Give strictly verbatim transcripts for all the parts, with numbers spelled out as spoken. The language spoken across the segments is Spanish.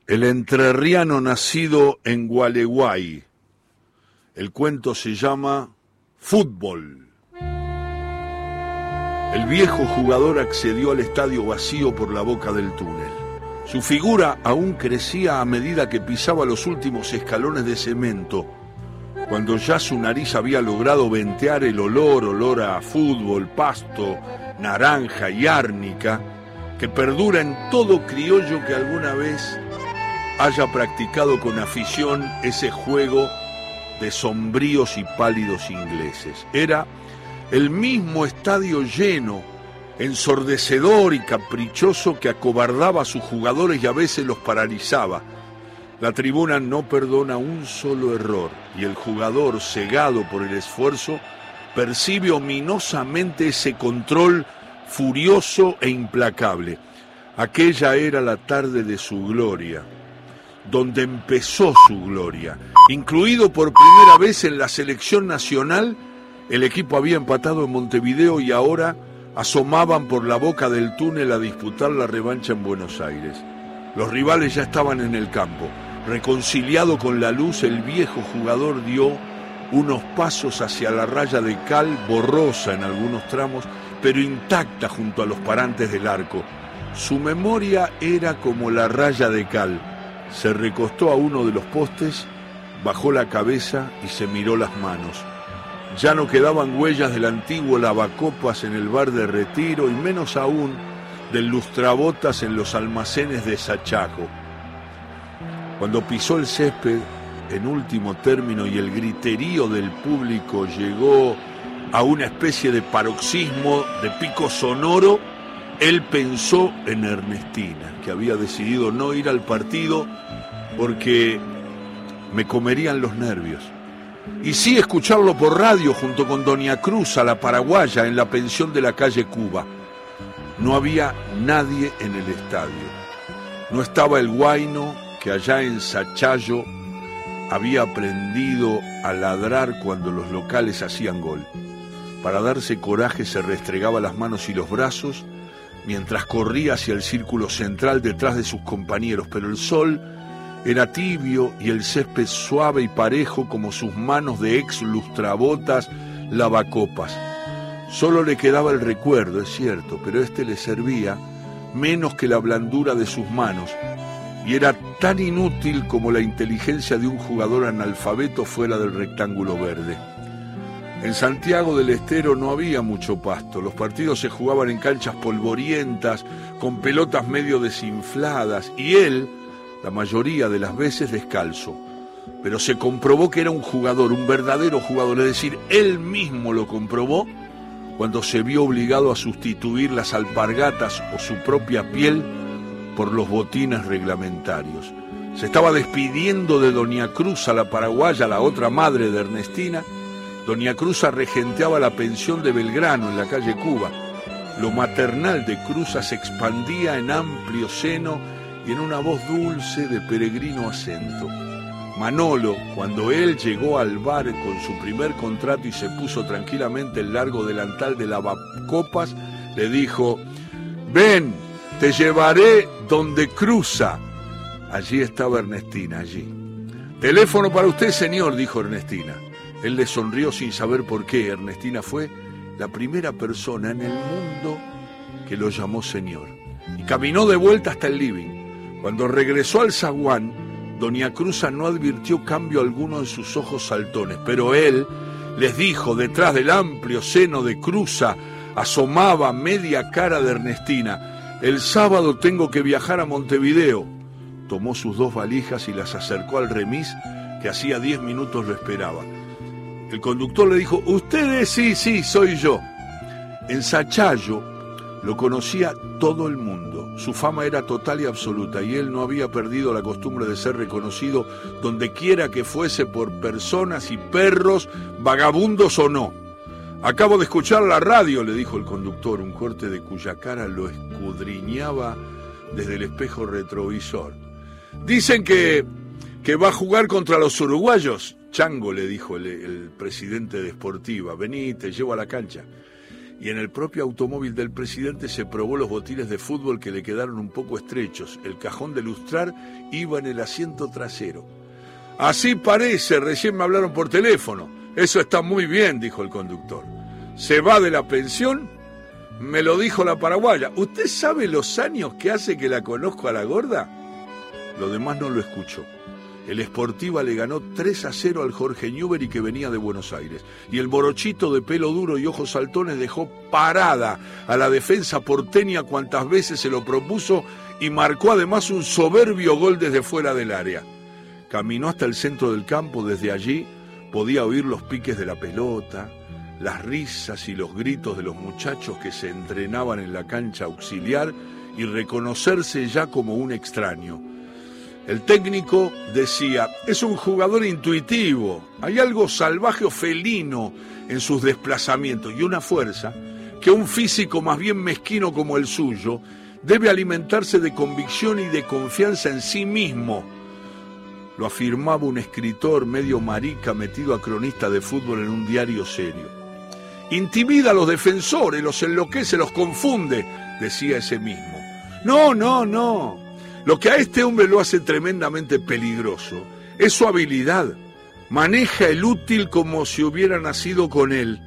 El entrerriano nacido en Gualeguay. El cuento se llama Fútbol. El viejo jugador accedió al estadio vacío por la boca del túnel. Su figura aún crecía a medida que pisaba los últimos escalones de cemento, cuando ya su nariz había logrado ventear el olor, olor a fútbol, pasto, naranja y árnica, que perdura en todo criollo que alguna vez haya practicado con afición ese juego de sombríos y pálidos ingleses. Era el mismo estadio lleno, ensordecedor y caprichoso, que acobardaba a sus jugadores y a veces los paralizaba. La tribuna no perdona un solo error y el jugador, cegado por el esfuerzo, percibe ominosamente ese control furioso e implacable. Aquella era la tarde de su gloria, donde empezó su gloria. Incluido por primera vez en la selección nacional, el equipo había empatado en Montevideo y ahora asomaban por la boca del túnel a disputar la revancha en Buenos Aires. Los rivales ya estaban en el campo. Reconciliado con la luz, el viejo jugador dio unos pasos hacia la raya de cal, borrosa en algunos tramos, pero intacta junto a los parantes del arco. Su memoria era como la raya de cal. Se recostó a uno de los postes, bajó la cabeza y se miró las manos. Ya no quedaban huellas del antiguo lavacopas en el bar de Retiro y menos aún del lustrabotas en los almacenes de Sachaco. Cuando pisó el césped en último término y el griterío del público llegó a una especie de paroxismo de pico sonoro, él pensó en Ernestina, que había decidido no ir al partido porque me comerían los nervios. Y sí escucharlo por radio junto con Doña Cruz, a la paraguaya, en la pensión de la calle Cuba. No había nadie en el estadio. No estaba el Guayno, que allá en Sachayo había aprendido a ladrar cuando los locales hacían gol. Para darse coraje se restregaba las manos y los brazos mientras corría hacia el círculo central detrás de sus compañeros, pero el sol era tibio y el césped suave y parejo como sus manos de ex lustrabotas lavacopas. Solo le quedaba el recuerdo, es cierto, pero este le servía menos que la blandura de sus manos, y era tan inútil como la inteligencia de un jugador analfabeto fuera del rectángulo verde. En Santiago del Estero no había mucho pasto. Los partidos se jugaban en canchas polvorientas, con pelotas medio desinfladas, y él, la mayoría de las veces, descalzo. Pero se comprobó que era un jugador, un verdadero jugador, es decir, él mismo lo comprobó cuando se vio obligado a sustituir las alpargatas o su propia piel por los botines reglamentarios. Se estaba despidiendo de Doña Cruz, a la paraguaya, la otra madre de Ernestina. Doña Cruza regenteaba la pensión de Belgrano en la calle Cuba. Lo maternal de Cruza se expandía en amplio seno y en una voz dulce de peregrino acento. Manolo, cuando él llegó al bar con su primer contrato y se puso tranquilamente el largo delantal de lavacopas, le dijo: «Ven, te llevaré donde Cruza». Allí estaba Ernestina, allí. «Teléfono para usted, señor», dijo Ernestina. Él le sonrió sin saber por qué. Ernestina fue la primera persona en el mundo que lo llamó señor. Y caminó de vuelta hasta el living. Cuando regresó al zaguán, Doña Cruza no advirtió cambio alguno en sus ojos saltones, pero él les dijo, detrás del amplio seno de Cruza asomaba media cara de Ernestina: «El sábado tengo que viajar a Montevideo». Tomó sus dos valijas y las acercó al remis, que hacía diez minutos lo esperaba. El conductor le dijo: «¿Ustedes?» «Sí, sí, soy yo». En Sachayo lo conocía todo el mundo. Su fama era total y absoluta, y él no había perdido la costumbre de ser reconocido donde quiera que fuese por personas y perros, vagabundos o no. «Acabo de escuchar la radio», le dijo el conductor, un corte de cuya cara lo escudriñaba desde el espejo retrovisor. «Dicen que, que va a jugar contra los uruguayos». «Chango», le dijo el, el presidente de Sportiva, «vení, te llevo a la cancha». y en el propio automóvil del presidente se probó los botines de fútbol que le quedaron un poco estrechos. El cajón de lustrar iba en el asiento trasero. Así parece, recién me hablaron por teléfono. Eso está muy bien, dijo el conductor. ¿Se va de la pensión? Me lo dijo la paraguaya. ¿Usted sabe los años que hace que la conozco a la gorda? Lo demás no lo escuchó. El Sportiva le ganó tres a cero al Jorge Newbery, que venía de Buenos Aires. Y el morochito de pelo duro y ojos saltones dejó parada a la defensa porteña cuantas veces se lo propuso y marcó además un soberbio gol desde fuera del área. Caminó hasta el centro del campo. Desde allí podía oír los piques de la pelota, las risas y los gritos de los muchachos que se entrenaban en la cancha auxiliar y reconocerse ya como un extraño. El técnico decía, es un jugador intuitivo, hay algo salvaje o felino en sus desplazamientos y una fuerza que un físico más bien mezquino como el suyo debe alimentarse de convicción y de confianza en sí mismo. Lo afirmaba un escritor medio marica metido a cronista de fútbol en un diario serio. Intimida a los defensores, los enloquece, los confunde, decía ese mismo. No, no, no. Lo que a este hombre lo hace tremendamente peligroso es su habilidad. Maneja el útil como si hubiera nacido con él.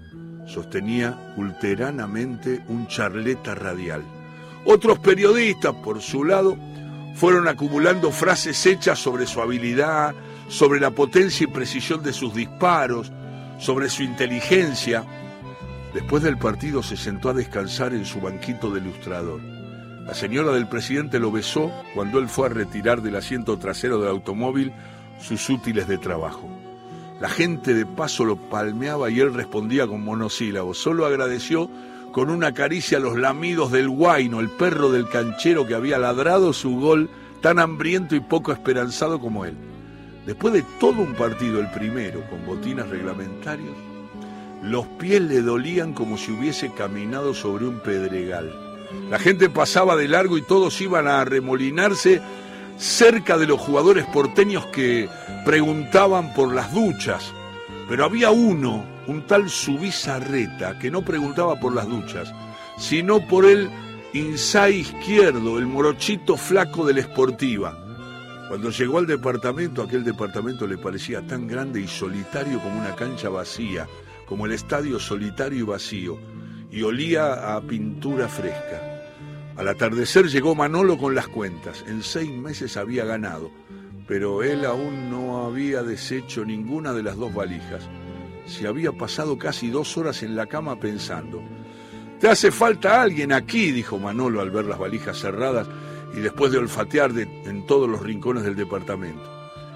Sostenía ulteranamente un charleta radial. Otros periodistas, por su lado, fueron acumulando frases hechas sobre su habilidad, sobre la potencia y precisión de sus disparos, sobre su inteligencia. Después del partido se sentó a descansar en su banquito de ilustrador. La señora del presidente lo besó cuando él fue a retirar del asiento trasero del automóvil sus útiles de trabajo. La gente de paso lo palmeaba y él respondía con monosílabos. Solo agradeció con una caricia a los lamidos del Guaino, el perro del canchero que había ladrado su gol tan hambriento y poco esperanzado como él. Después de todo un partido, el primero, con botines reglamentarios, los pies le dolían como si hubiese caminado sobre un pedregal. La gente pasaba de largo y todos iban a arremolinarse cerca de los jugadores porteños que preguntaban por las duchas. Pero había uno, un tal Zubizarreta, que no preguntaba por las duchas, sino por el inside izquierdo, el morochito flaco del Sportiva. Cuando llegó al departamento, aquel departamento le parecía tan grande y solitario como una cancha vacía, como el estadio solitario y vacío, y olía a pintura fresca. Al atardecer llegó Manolo con las cuentas. En seis meses había ganado, pero él aún no había deshecho ninguna de las dos valijas. Se había pasado casi dos horas en la cama pensando. «Te hace falta alguien aquí», dijo Manolo al ver las valijas cerradas y después de olfatear de, en todos los rincones del departamento.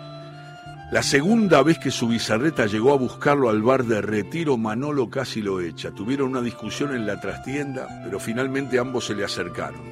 La segunda vez que Zubizarreta llegó a buscarlo al bar de Retiro, Manolo casi lo echa. Tuvieron una discusión en la trastienda, pero finalmente ambos se le acercaron.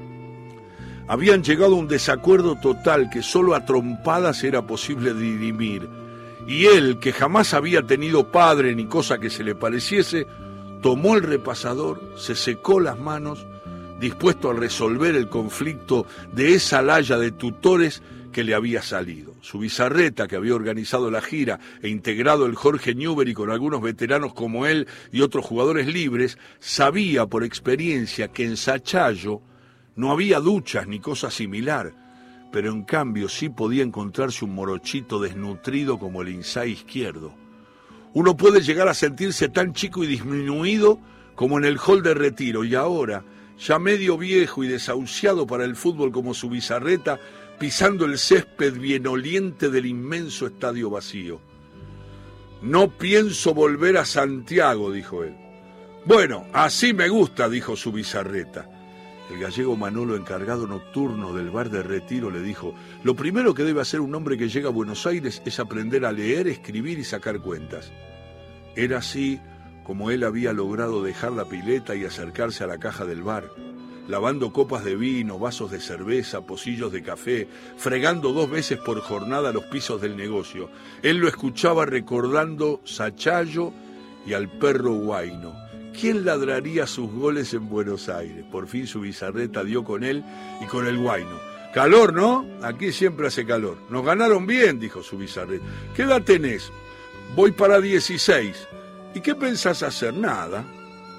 Habían llegado a un desacuerdo total que solo a trompadas era posible dirimir, y él, que jamás había tenido padre ni cosa que se le pareciese, tomó el repasador, se secó las manos, dispuesto a resolver el conflicto de esa laya de tutores que le había salido. Zubizarreta, que había organizado la gira e integrado el Jorge Newbery con algunos veteranos como él y otros jugadores libres, sabía por experiencia que en Sachayo no había duchas ni cosa similar, pero en cambio sí podía encontrarse un morochito desnutrido como el inside izquierdo. Uno puede llegar a sentirse tan chico y disminuido como en el hall de Retiro, y ahora, ya medio viejo y desahuciado para el fútbol como Zubizarreta, pisando el césped bienoliente del inmenso estadio vacío. «No pienso volver a Santiago», dijo él. «Bueno, así me gusta», dijo Zubizarreta. El gallego Manolo, encargado nocturno del bar de Retiro, le dijo: «Lo primero que debe hacer un hombre que llega a Buenos Aires es aprender a leer, escribir y sacar cuentas». Era así como él había logrado dejar la pileta y acercarse a la caja del bar, lavando copas de vino, vasos de cerveza, pocillos de café, fregando dos veces por jornada los pisos del negocio. Él lo escuchaba recordando Sachayo y al perro Guaino. ¿Quién ladraría sus goles en Buenos Aires? Por fin Zubizarreta dio con él y con el Guaino. «Calor, ¿no? Aquí siempre hace calor». «Nos ganaron bien», dijo Zubizarreta. «¿Qué edad tenés?» «Voy para dieciséis». «¿Y qué pensás hacer?» «Nada».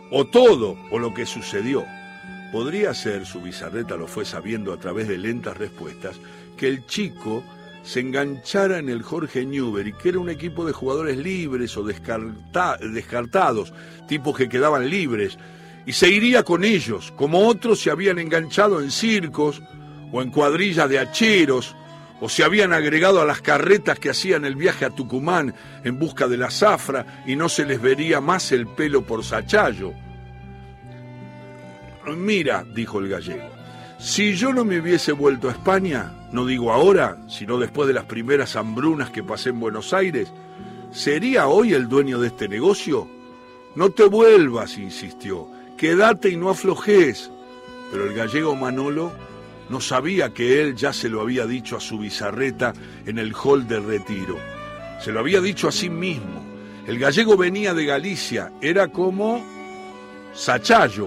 o todo, o lo que sucedió. Podría ser, su Bizarreta lo fue sabiendo a través de lentas respuestas, que el chico se enganchara en el Jorge Newbery, que era un equipo de jugadores libres o descarta, descartados, tipos que quedaban libres, y se iría con ellos, como otros se habían enganchado en circos o en cuadrillas de hacheros, o se habían agregado a las carretas que hacían el viaje a Tucumán en busca de la zafra y no se les vería más el pelo por Sachayo. Mira, dijo el gallego, si yo no me hubiese vuelto a España, no digo ahora, sino después de las primeras hambrunas que pasé en Buenos Aires, ¿sería hoy el dueño de este negocio? No te vuelvas, insistió, quédate y no aflojes. Pero el gallego Manolo no sabía que él ya se lo había dicho a su Bizarreta en el hall de Retiro. Se lo había dicho a sí mismo. El gallego venía de Galicia, era como Sachayo.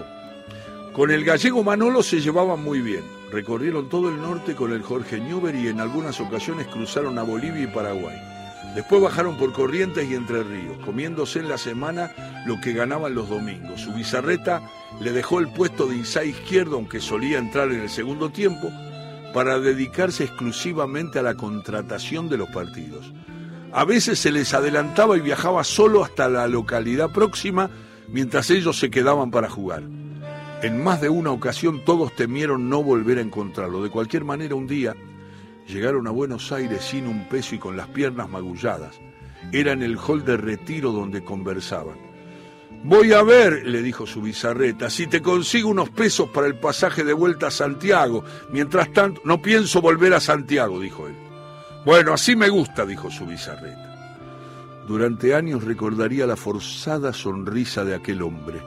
Con el gallego Manolo se llevaban muy bien. Recorrieron todo el norte con el Jorge Newbery y en algunas ocasiones cruzaron a Bolivia y Paraguay. Después bajaron por Corrientes y Entre Ríos, comiéndose en la semana lo que ganaban los domingos. Su Bizarreta le dejó el puesto de inside izquierdo, aunque solía entrar en el segundo tiempo, para dedicarse exclusivamente a la contratación de los partidos. A veces se les adelantaba y viajaba solo hasta la localidad próxima, mientras ellos se quedaban para jugar. En más de una ocasión todos temieron no volver a encontrarlo. De cualquier manera, un día llegaron a Buenos Aires sin un peso y con las piernas magulladas. Era en el hall de Retiro donde conversaban. Voy a ver, le dijo su Bizarreta, si te consigo unos pesos para el pasaje de vuelta a Santiago. Mientras tanto, no pienso volver a Santiago, dijo él. Bueno, así me gusta, dijo su Bizarreta. Durante años recordaría la forzada sonrisa de aquel hombre.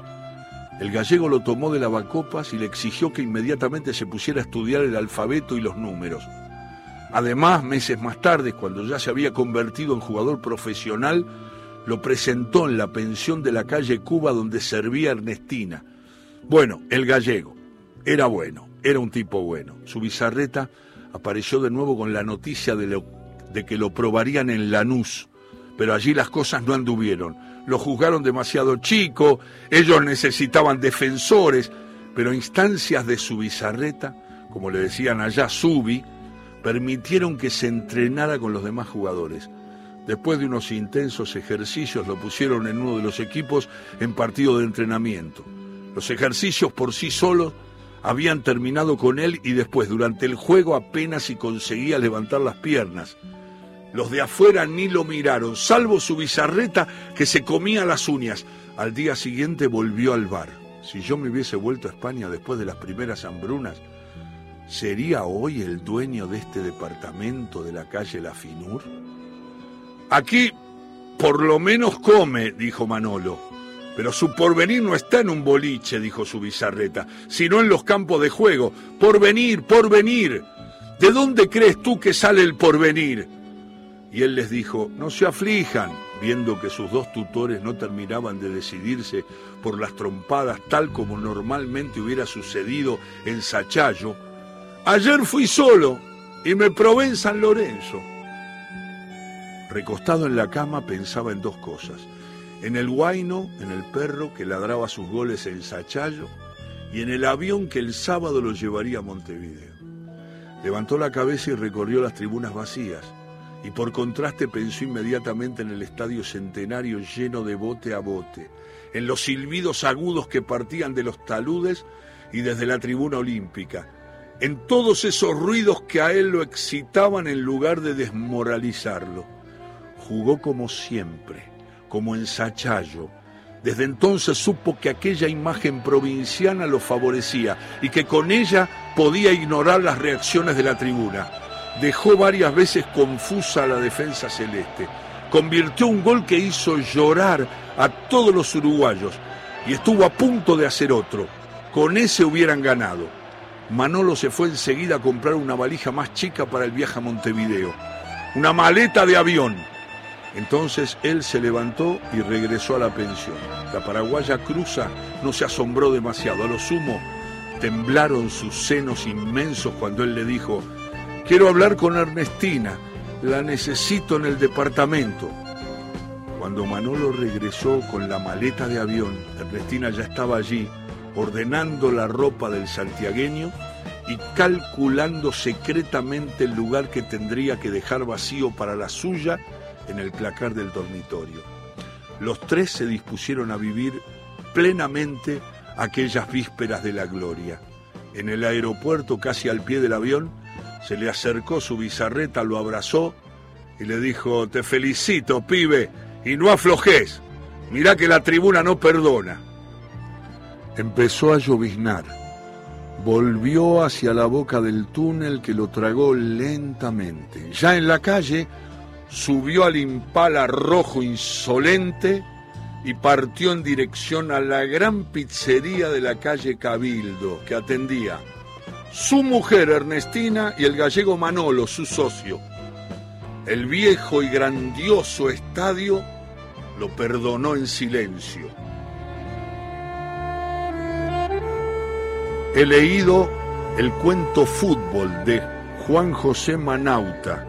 El gallego lo tomó de lavacopas y le exigió que inmediatamente se pusiera a estudiar el alfabeto y los números. Además, meses más tarde, cuando ya se había convertido en jugador profesional, lo presentó en la pensión de la calle Cuba donde servía Ernestina. Bueno, el gallego era bueno, era un tipo bueno. Su Bizarreta apareció de nuevo con la noticia de, lo, de que lo probarían en Lanús, pero allí las cosas no anduvieron. Lo juzgaron demasiado chico, ellos necesitaban defensores, pero instancias de su Bizarreta, como le decían allá, Subi, permitieron que se entrenara con los demás jugadores. Después de unos intensos ejercicios lo pusieron en uno de los equipos en partido de entrenamiento. Los ejercicios por sí solos habían terminado con él y después, durante el juego, apenas si conseguía levantar las piernas. Los de afuera ni lo miraron, salvo su Bizarreta, que se comía las uñas. Al día siguiente volvió al bar. Si yo me hubiese vuelto a España después de las primeras hambrunas, ¿sería hoy el dueño de este departamento de la calle La Finur? Aquí por lo menos come, dijo Manolo. Pero su porvenir no está en un boliche, dijo su Bizarreta, sino en los campos de juego. Porvenir, porvenir. ¿De dónde crees tú que sale el porvenir? Y él les dijo, no se aflijan, viendo que sus dos tutores no terminaban de decidirse por las trompadas tal como normalmente hubiera sucedido en Sachayo. Ayer fui solo y me probé en San Lorenzo. Recostado en la cama pensaba en dos cosas, en el huayno, en el perro que ladraba sus goles en Sachayo y en el avión que el sábado lo llevaría a Montevideo. Levantó la cabeza y recorrió las tribunas vacías. Y por contraste pensó inmediatamente en el estadio Centenario lleno de bote a bote, en los silbidos agudos que partían de los taludes y desde la tribuna olímpica, en todos esos ruidos que a él lo excitaban en lugar de desmoralizarlo. Jugó como siempre, como en Sachayo. Desde entonces supo que aquella imagen provinciana lo favorecía y que con ella podía ignorar las reacciones de la tribuna. Dejó varias veces confusa a la defensa celeste. Convirtió un gol que hizo llorar a todos los uruguayos y estuvo a punto de hacer otro. Con ese hubieran ganado. Manolo se fue enseguida a comprar una valija más chica para el viaje a Montevideo. Una maleta de avión. Entonces él se levantó y regresó a la pensión. La paraguaya Cruza no se asombró demasiado. A lo sumo, temblaron sus senos inmensos cuando él le dijo: quiero hablar con Ernestina, la necesito en el departamento. Cuando Manolo regresó con la maleta de avión, Ernestina ya estaba allí, ordenando la ropa del santiagueño y calculando secretamente el lugar que tendría que dejar vacío para la suya en el placar del dormitorio. Los tres se dispusieron a vivir plenamente aquellas vísperas de la gloria. En el aeropuerto, casi al pie del avión, se le acercó su bizarreta, lo abrazó y le dijo: te felicito, pibe, y no aflojes, mirá que la tribuna no perdona. Empezó a lloviznar, volvió hacia la boca del túnel que lo tragó lentamente. Ya en la calle, subió al Impala rojo insolente y partió en dirección a la gran pizzería de la calle Cabildo, que atendía su mujer Ernestina y el gallego Manolo, su socio. El viejo y grandioso estadio lo perdonó en silencio. He leído el cuento Fútbol de Juan José Manauta,